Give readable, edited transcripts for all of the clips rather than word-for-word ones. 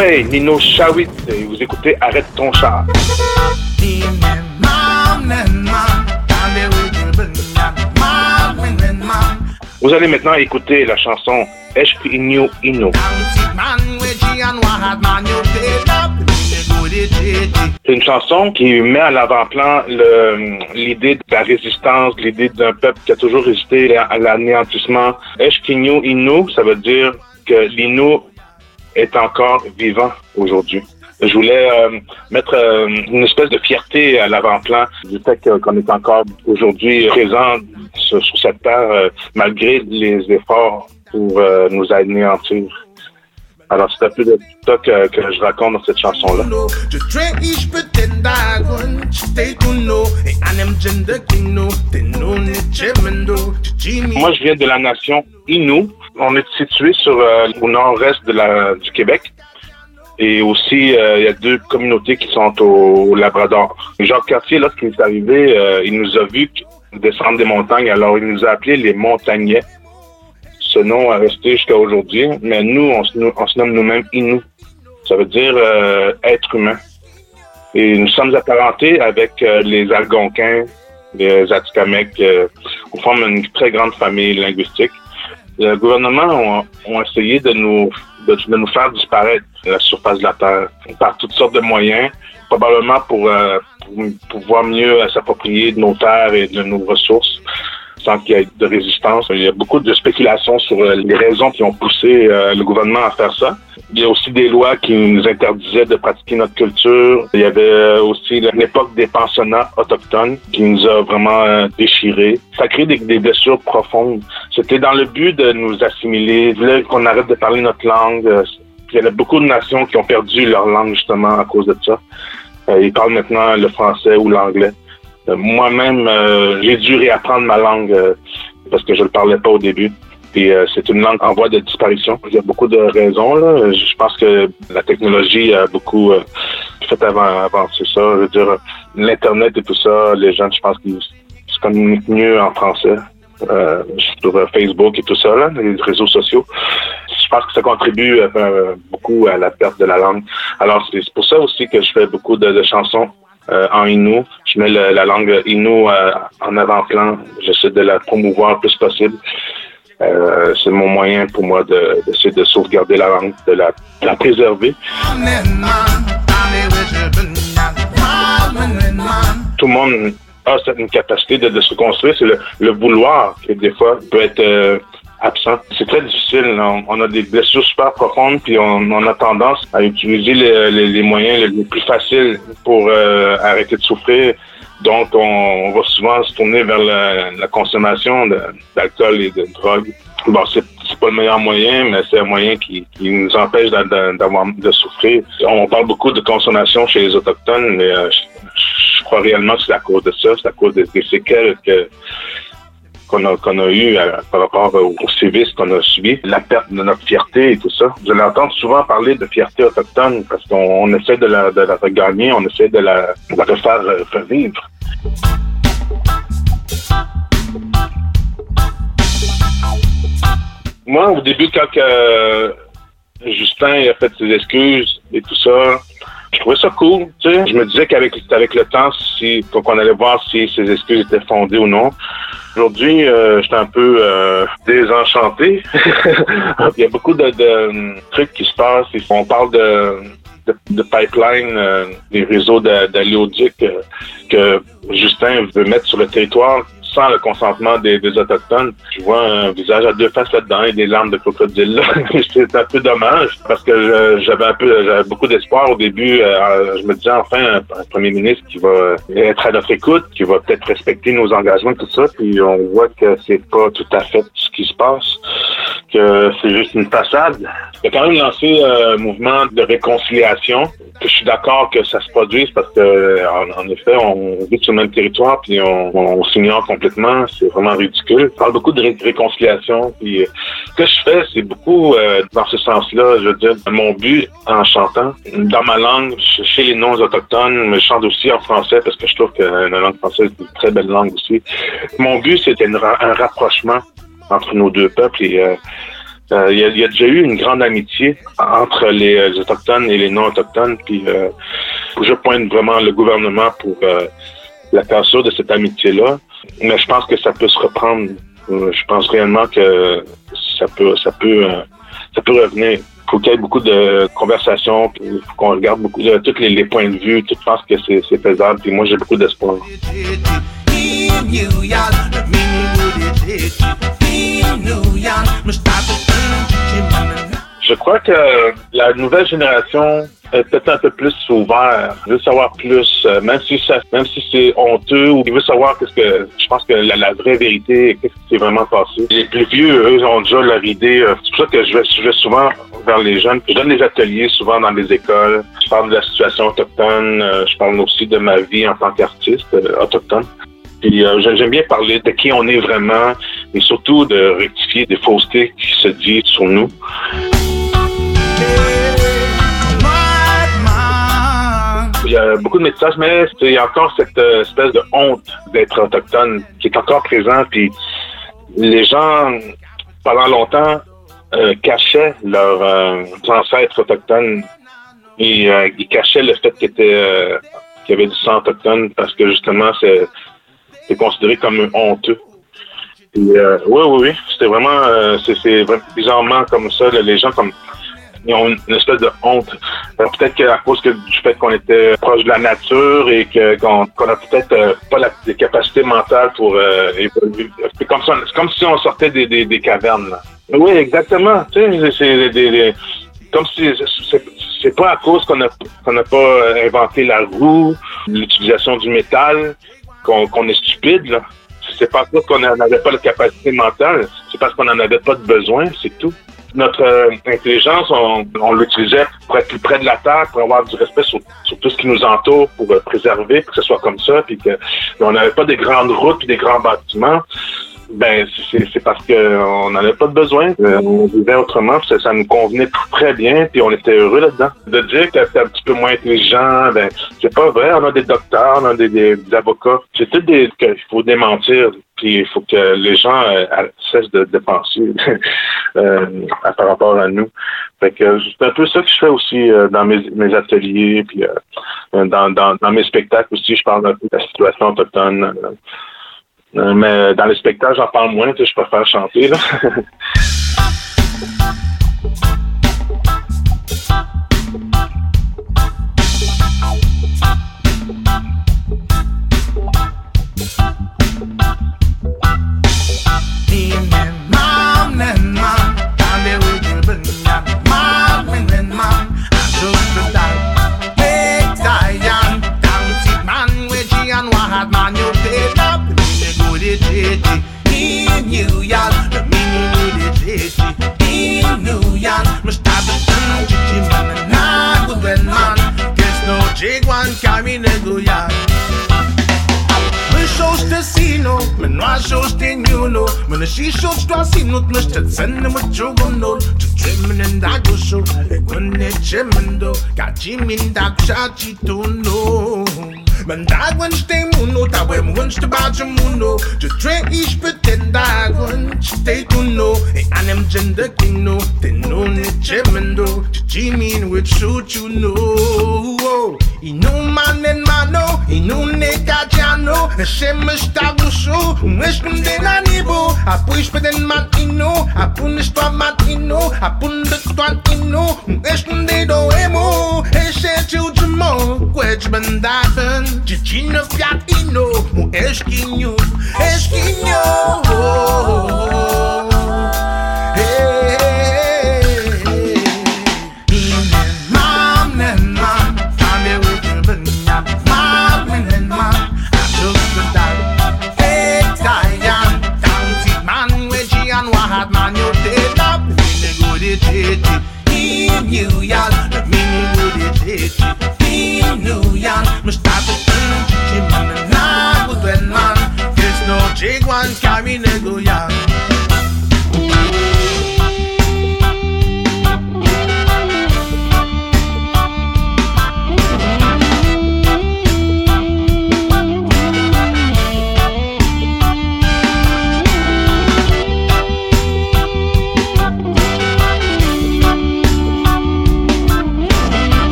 ouais, Nino Shawit, et vous écoutez Arrête ton char. Vous allez maintenant écouter la chanson Eshkinyu Inu. C'est une chanson qui met à l'avant-plan l'idée de la résistance, l'idée d'un peuple qui a toujours résisté à l'anéantissement. Eshkinyu Inu, ça veut dire que l'Inu est encore vivant aujourd'hui. Je voulais mettre une espèce de fierté à l'avant-plan du fait qu'on est encore aujourd'hui présent sur cette terre malgré les efforts pour nous anéantir. Alors, c'est un peu de ça que je raconte dans cette chanson-là. Moi, je viens de la nation Innu. On est situé au nord-est du Québec. Et aussi, il y a 2 communautés qui sont au Labrador. Jacques Cartier, lorsqu'il est arrivé, il nous a vus descendre des montagnes. Alors, il nous a appelés les Montagnais. Ce nom a resté jusqu'à aujourd'hui, mais nous, on se nomme nous-mêmes Innu. Ça veut dire être humain. Et nous sommes apparentés avec les Algonquins, les Atikamekw. On forme une très grande famille linguistique. Le gouvernement ont essayé de nous faire disparaître de la surface de la Terre par toutes sortes de moyens, probablement pour pouvoir mieux s'approprier de nos terres et de nos ressources, sans qu'il y ait de résistance. Il y a beaucoup de spéculations sur les raisons qui ont poussé le gouvernement à faire ça. Il y a aussi des lois qui nous interdisaient de pratiquer notre culture. Il y avait aussi l'époque des pensionnats autochtones qui nous a vraiment déchirés. Ça crée des blessures profondes. C'était dans le but de nous assimiler. Ils voulaient qu'on arrête de parler notre langue. Il y a beaucoup de nations qui ont perdu leur langue justement à cause de ça. Ils parlent maintenant le français ou l'anglais. Moi-même, j'ai dû réapprendre ma langue parce que je ne le parlais pas au début. Puis c'est une langue en voie de disparition. Il y a beaucoup de raisons, là. Je pense que la technologie a beaucoup fait avancer ça. Je veux dire, l'Internet et tout ça, les gens, je pense qu'ils se communiquent mieux en français. Sur Facebook et tout ça, là, les réseaux sociaux. Je pense que ça contribue beaucoup à la perte de la langue. Alors, c'est pour ça aussi que je fais beaucoup de chansons en Innu. Je mets la langue Innu en avant-plan. J'essaie de la promouvoir le plus possible. C'est mon moyen pour moi d'essayer de sauvegarder la langue, de la préserver. Tout le monde a une capacité de se construire. C'est le vouloir qui, des fois, peut être absent. C'est très difficile. On a des blessures super profondes, puis on a tendance à utiliser les moyens les plus faciles pour arrêter de souffrir. Donc, on va souvent se tourner vers la consommation d'alcool et de drogue. Bon, c'est pas le meilleur moyen, mais c'est un moyen qui nous empêche de souffrir. On parle beaucoup de consommation chez les Autochtones, mais je crois réellement que c'est à cause de ça, c'est à cause des séquelles qu'on a eu par rapport aux sévices qu'on a subis, la perte de notre fierté et tout ça. Je l'entends souvent parler de fierté autochtone parce qu'on essaie de la regagner, on essaie de la refaire revivre. Moi, au début, quand Justin a fait ses excuses et tout ça, je trouvais ça cool, tu sais. Je me disais qu'avec le temps, qu'on allait voir si ses excuses étaient fondées ou non. Aujourd'hui, j'étais un peu désenchanté. Il y a beaucoup de trucs qui se passent. On parle de pipeline, des réseaux d'aléoducs que Justin veut mettre sur le territoire sans le consentement des Autochtones. Je vois un visage à 2 faces là-dedans et des larmes de crocodile là. C'est un peu dommage parce que j'avais beaucoup d'espoir au début. Je me disais enfin un premier ministre qui va être à notre écoute, qui va peut-être respecter nos engagements, tout ça. Puis on voit que c'est pas tout à fait ce qui se passe, que c'est juste une façade. Il a quand même lancé un mouvement de réconciliation. Que je suis d'accord que ça se produise parce que en effet, on vit sur le même territoire puis on s'ignore complètement. C'est vraiment ridicule. Je parle beaucoup de réconciliation. Puis ce que je fais, c'est beaucoup dans ce sens-là. Je veux dire, mon but en chantant dans ma langue, chez les non-autochtones, mais je chante aussi en français parce que je trouve que la langue française est une très belle langue aussi. Mon but, c'était un rapprochement entre nos deux peuples et Il y a déjà eu une grande amitié entre les Autochtones et les non-Autochtones, puis je pointe vraiment le gouvernement pour la cassure de cette amitié-là. Mais je pense que ça peut se reprendre. Je pense réellement que ça peut revenir. Il faut qu'il y ait beaucoup de conversations, puis il faut qu'on regarde beaucoup de tous les points de vue. Je pense que c'est faisable, puis moi j'ai beaucoup d'espoir. Je crois que la nouvelle génération est peut-être un peu plus ouverte, veut savoir plus, même si c'est honteux, ou il veut savoir je pense que la vraie vérité, qu'est-ce qui s'est vraiment passé. Les plus vieux, eux, ont déjà leur idée. C'est pour ça que je vais souvent vers les jeunes. Je donne des ateliers souvent dans les écoles. Je parle de la situation autochtone. Je parle aussi de ma vie en tant qu'artiste autochtone. Puis j'aime bien parler de qui on est vraiment et surtout de rectifier des faussetés qui se disent sur nous. Il y a beaucoup de métissage, mais il y a encore cette espèce de honte d'être autochtone qui est encore présente. Puis les gens, pendant longtemps, cachaient leurs ancêtres autochtones et ils cachaient le fait qu'il y avait du sang autochtone parce que justement c'est considéré comme honteux. Et, oui, c'était vraiment, c'est vraiment bizarrement comme ça, les gens ils ont une espèce de honte. Peut-être qu'à cause du fait qu'on était proche de la nature et qu'on a peut-être pas les capacités mentales pour évoluer. C'est comme si on sortait des cavernes. Là. Oui, exactement. Tu sais, comme si c'est pas à cause qu'on n'a pas inventé la roue, l'utilisation du métal, qu'on est stupide, là. C'est pas parce qu'on n'avait pas la capacité mentale, c'est parce qu'on n'en avait pas de besoin, c'est tout. Notre intelligence, on l'utilisait pour être plus près de la Terre, pour avoir du respect sur tout ce qui nous entoure, pour préserver, pour que ce soit comme ça, puis qu'on n'avait pas des grandes routes et des grands bâtiments. Ben, c'est parce qu'on n'en avait pas de besoin. On vivait autrement, puis ça nous convenait très bien, puis on était heureux là-dedans. De dire que c'était un petit peu moins intelligent, ben, c'est pas vrai. On a des docteurs, on a des avocats. C'est tout qu'il faut démentir, puis il faut que les gens cessent de penser par rapport à nous. Fait que c'est un peu ça que je fais aussi dans mes ateliers, puis dans mes spectacles aussi, je parle un peu de la situation autochtone. Mais dans les spectacles, j'en parle moins, je préfère chanter, là. She shows to see not much to send them with Joe no to trim and that go show. When they chimendo, got Jimmy that chachi to know. When that one stay muno, that when once to badge muno, to drink each pretend that one stay to know. And them gender king no, they know the chimendo, to Jimmy which shoot you know. He know man and mano, he know neka jano, a shemish taguso, wishkum de nanibo. I push for the man ino, I punish for man ino, I pun the twan ino, de do emo, e shet you jamo, Wedgman daven, Gigino fiat ino, esquinho, carry nego ya.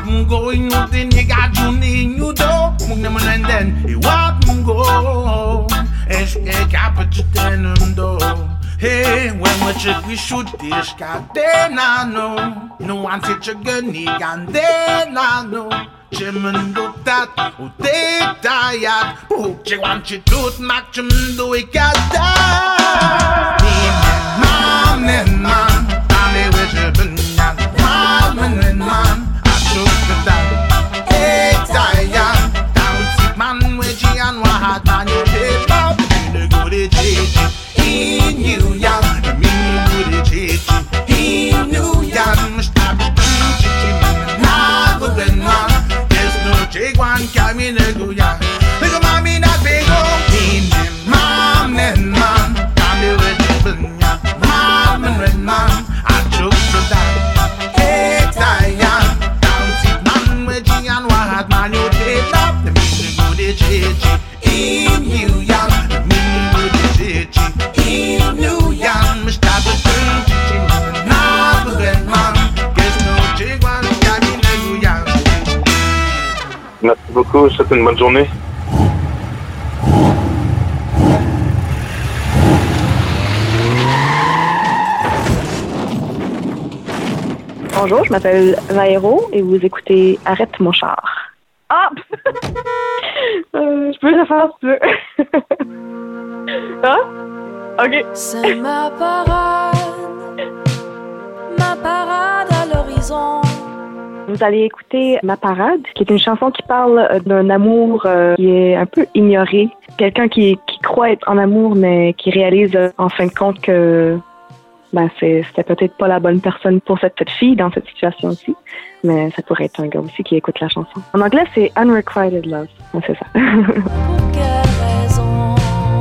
Iwak mungo inutin Yigajuni inudo Mugnemunenden Iwak mungo Eşke kapıcıtenumdo Hey, when we should we shoot this cadena no No one teach a gunny candena no Chimundo tat o te tayat O che want you tut mak chimundo ikada Man and man Tane with your bunyan Man and man I shoot the tat Hey tayat Down sit man with Gian Wahad man you take up You go to JJ He knew ya, me would it hit you. He knew ya, must have been chichi man. Nah, good then man. There's no jig one coming in a go ya. Look at mommy not big old team. Mom and man, I'm the red ya. Mom and red man, I took the time. Hey, Diane, down sit man with Gian Wahad man, you take up the meaning good it hit you. He knew ya, me would it hit you. He knew young Mr. Button, teaching not the good man. Guess no jig one, Gabby Neguyan. Merci beaucoup, c'est une bonne journée. Bonjour, je m'appelle Vaero et vous écoutez Arrête mon char. Ah! Je peux le faire si tu veux. Ah? Ok. C'est ma parade à l'horizon. Vous allez écouter Ma parade, qui est une chanson qui parle d'un amour qui est un peu ignoré. Quelqu'un qui croit être en amour, mais qui réalise en fin de compte que c'était peut-être pas la bonne personne pour cette petite fille dans cette situation-ci. Mais ça pourrait être un gars aussi qui écoute la chanson. En anglais, c'est Unrequited Love. C'est ça. Pour quelle raison?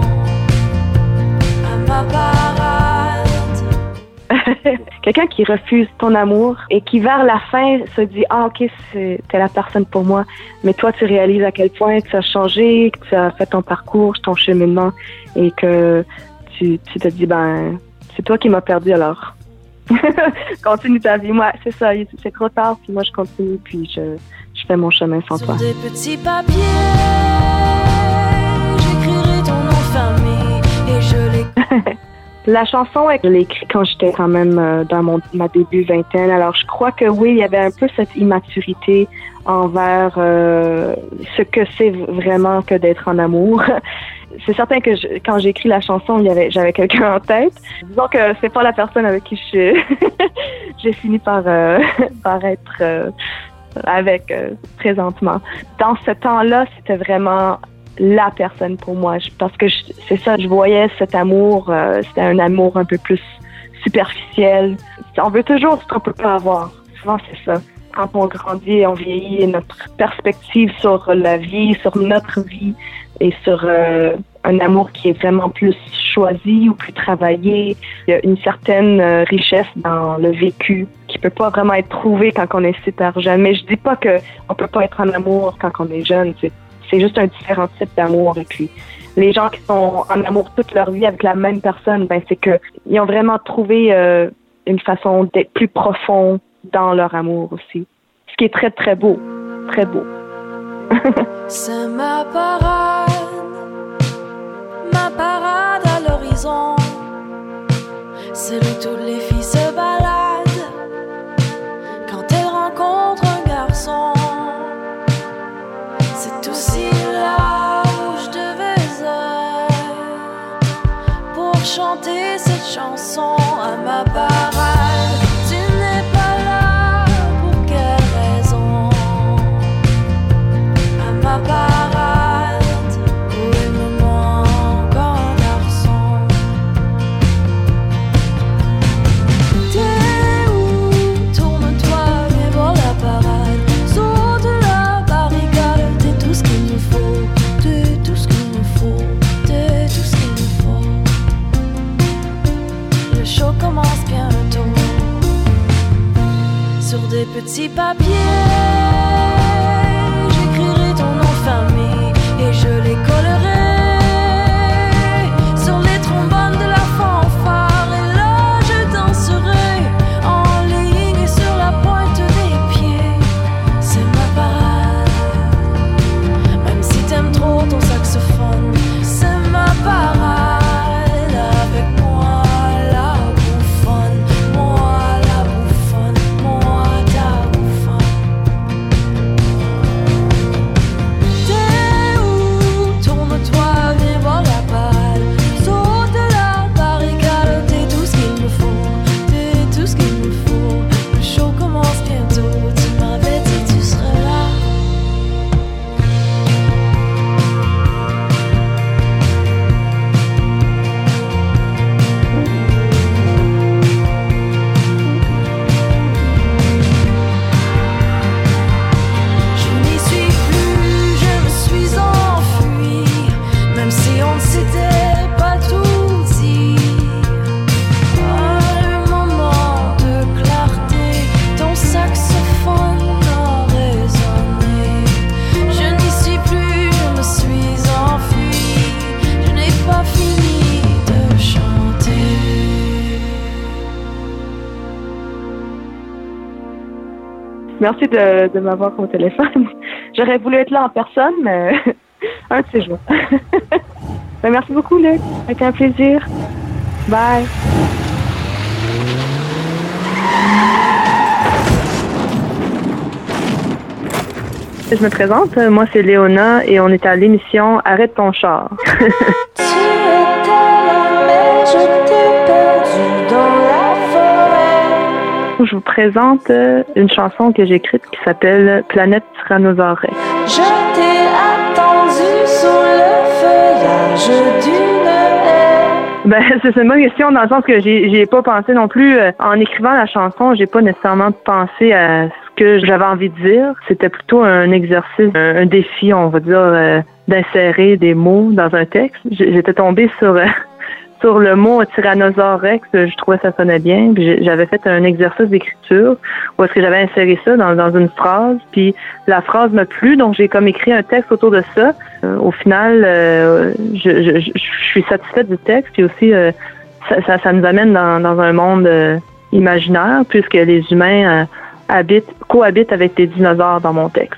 Ma parade. Quelqu'un qui refuse ton amour et qui vers la fin se dit « Ah ok, t'es la personne pour moi », mais toi tu réalises à quel point tu as changé, que tu as fait ton parcours, ton cheminement et que tu te dis « Ben, c'est toi qui m'as perdu alors. » Continue ta vie. Moi, c'est ça, c'est trop tard, puis moi je continue, puis je fais mon chemin sans toi. Sur des petits papiers, j'écrirai ton nom de famille et je les... La chanson, je l'ai écrite quand j'étais quand même dans ma début vingtaine. Alors, je crois que oui, il y avait un peu cette immaturité envers ce que c'est vraiment que d'être en amour. C'est certain que quand j'ai écrit la chanson, j'avais quelqu'un en tête. Disons que c'est pas la personne avec qui j'ai fini par être avec présentement. Dans ce temps-là, c'était vraiment la personne pour moi, parce que c'est ça, je voyais cet amour, c'était un amour un peu plus superficiel. On veut toujours ce qu'on peut pas avoir. Souvent, c'est ça. Quand on grandit, on vieillit, notre perspective sur la vie, sur notre vie et sur un amour qui est vraiment plus choisi ou plus travaillé. Il y a une certaine richesse dans le vécu qui peut pas vraiment être trouvée quand on est super jeune. Mais je dis pas que on peut pas être en amour quand on est jeune. C'est juste un différent type d'amour. Et puis, les gens qui sont en amour toute leur vie avec la même personne, c'est que ils ont vraiment trouvé une façon d'être plus profond dans leur amour aussi. Ce qui est très, très beau. Très beau. C'est ma parade à l'horizon. C'est là où toutes les filles se baladent quand elles rencontrent un garçon. C'est aussi là où je devais être pour chanter cette chanson à ma parade. Tu n'es pas là, pour quelle raison? À ma parade, où il me manque un garçon. Merci de m'avoir au téléphone. J'aurais voulu être là en personne, mais un de ces jours. Ben, merci beaucoup, Luc. C'était un plaisir. Bye. Je me présente, moi c'est Léona et on est à l'émission Arrête ton char. Tu étais là, mais je t'ai perdu dans la forêt. Je vous présente une chanson que j'ai écrite qui s'appelle Planète Tyrannosaure Rex. Je t'ai attendu sous le feuillage d'une haie. Ben, c'est une bonne question dans le sens que j'ai pas pensé non plus. En écrivant la chanson, j'ai pas nécessairement pensé à ce que j'avais envie de dire. C'était plutôt un exercice, un défi, on va dire, d'insérer des mots dans un texte. J'étais tombée sur le mot Tyrannosaure Rex, je trouvais que ça sonnait bien. Puis j'avais fait un exercice d'écriture où est-ce que j'avais inséré ça dans une phrase. Puis la phrase m'a plu, donc j'ai comme écrit un texte autour de ça. Au final, je suis satisfaite du texte. Puis aussi, ça nous amène dans un monde imaginaire puisque les humains cohabitent avec les dinosaures dans mon texte.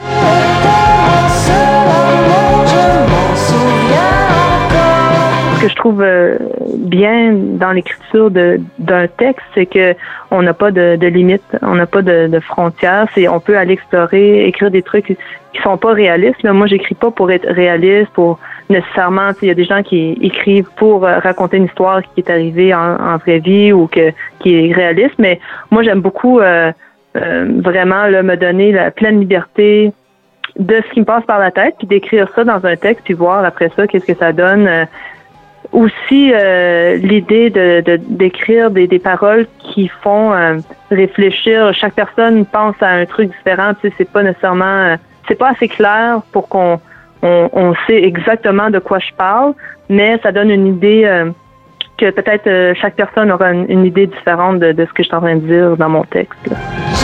Ce que je trouve bien dans l'écriture d'un texte, c'est que on n'a pas de limites, on n'a pas de frontières. On peut aller explorer, écrire des trucs qui sont pas réalistes. Là, moi, j'écris pas pour être réaliste, pour nécessairement. Il y a des gens qui écrivent pour raconter une histoire qui est arrivée en vraie vie ou qui est réaliste. Mais moi, j'aime beaucoup vraiment là, me donner la pleine liberté de ce qui me passe par la tête, puis d'écrire ça dans un texte, puis voir après ça qu'est-ce que ça donne. Aussi, l'idée d'écrire des paroles qui font réfléchir. Chaque personne pense à un truc différent. Tu sais, c'est pas nécessairement, c'est pas assez clair pour qu'on sait exactement de quoi je parle, mais ça donne une idée que peut-être chaque personne aura une idée différente de ce que je suis en train de dire dans mon texte. Là.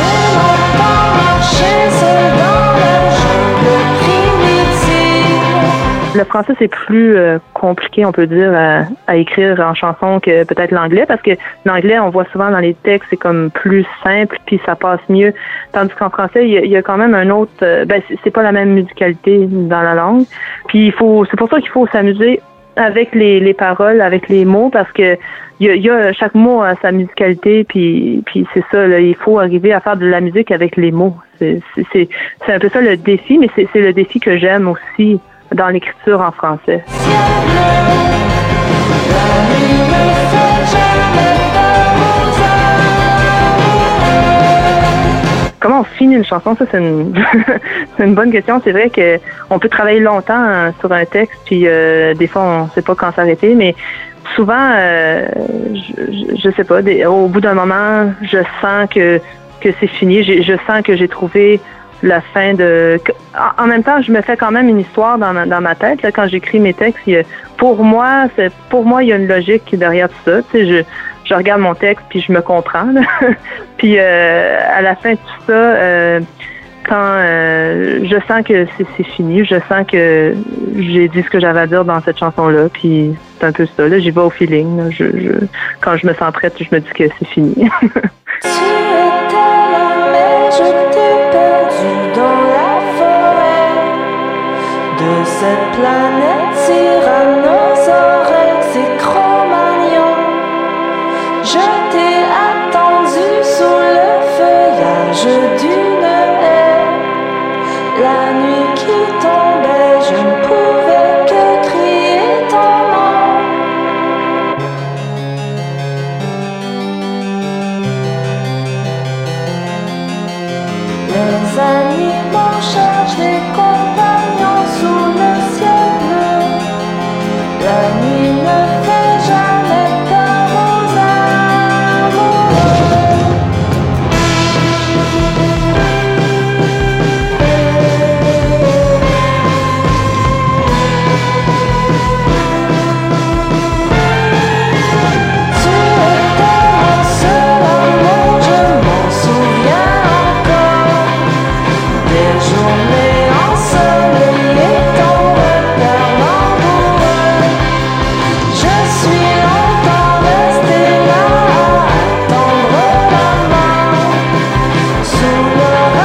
Le français, c'est plus compliqué, on peut dire, à écrire en chanson que peut-être l'anglais, parce que l'anglais, on voit souvent dans les textes, c'est comme plus simple, puis ça passe mieux. Tandis qu'en français, il y a quand même un autre... c'est pas la même musicalité dans la langue. Puis c'est pour ça qu'il faut s'amuser avec les paroles, avec les mots, parce que chaque mot a sa musicalité, puis c'est ça, là, il faut arriver à faire de la musique avec les mots. C'est un peu ça le défi, mais c'est le défi que j'aime aussi dans l'écriture en français. Comment on finit une chanson? Ça, c'est une bonne question. C'est vrai qu'on peut travailler longtemps sur un texte, puis des fois, on ne sait pas quand s'arrêter, mais souvent, je sais pas, au bout d'un moment, je sens que c'est fini. Je sens que j'ai trouvé la fin en même temps, je me fais quand même une histoire dans ma tête. Là, quand j'écris mes textes, pour moi, il y a une logique derrière tout ça. Tu sais, je regarde mon texte puis je me comprends. Là. Puis à la fin de tout ça, quand je sens que c'est fini, je sens que j'ai dit ce que j'avais à dire dans cette chanson-là. Puis c'est un peu ça. Là, j'y vais au feeling. Là. Quand je me sens prête, je me dis que c'est fini. Cette planète Tyrannosaure Rex et Cro-Magnon, je t'ai attendu sous le feuillage d'une haie. La nuit qui tombait, je ne pouvais que crier ton nom. Les animaux cherchent des compagnons sous le ciel bleu. La nuit ne fait jamais peur aux amoureux. Tu étais mon seul amour, je m'en souviens encore. Des journées ensoleillées, ton regard langoureux. Je suis longtemps restée là à attendre la mort. Sous l'oreille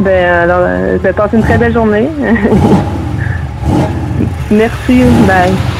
Passez une très belle journée. Merci. Bye.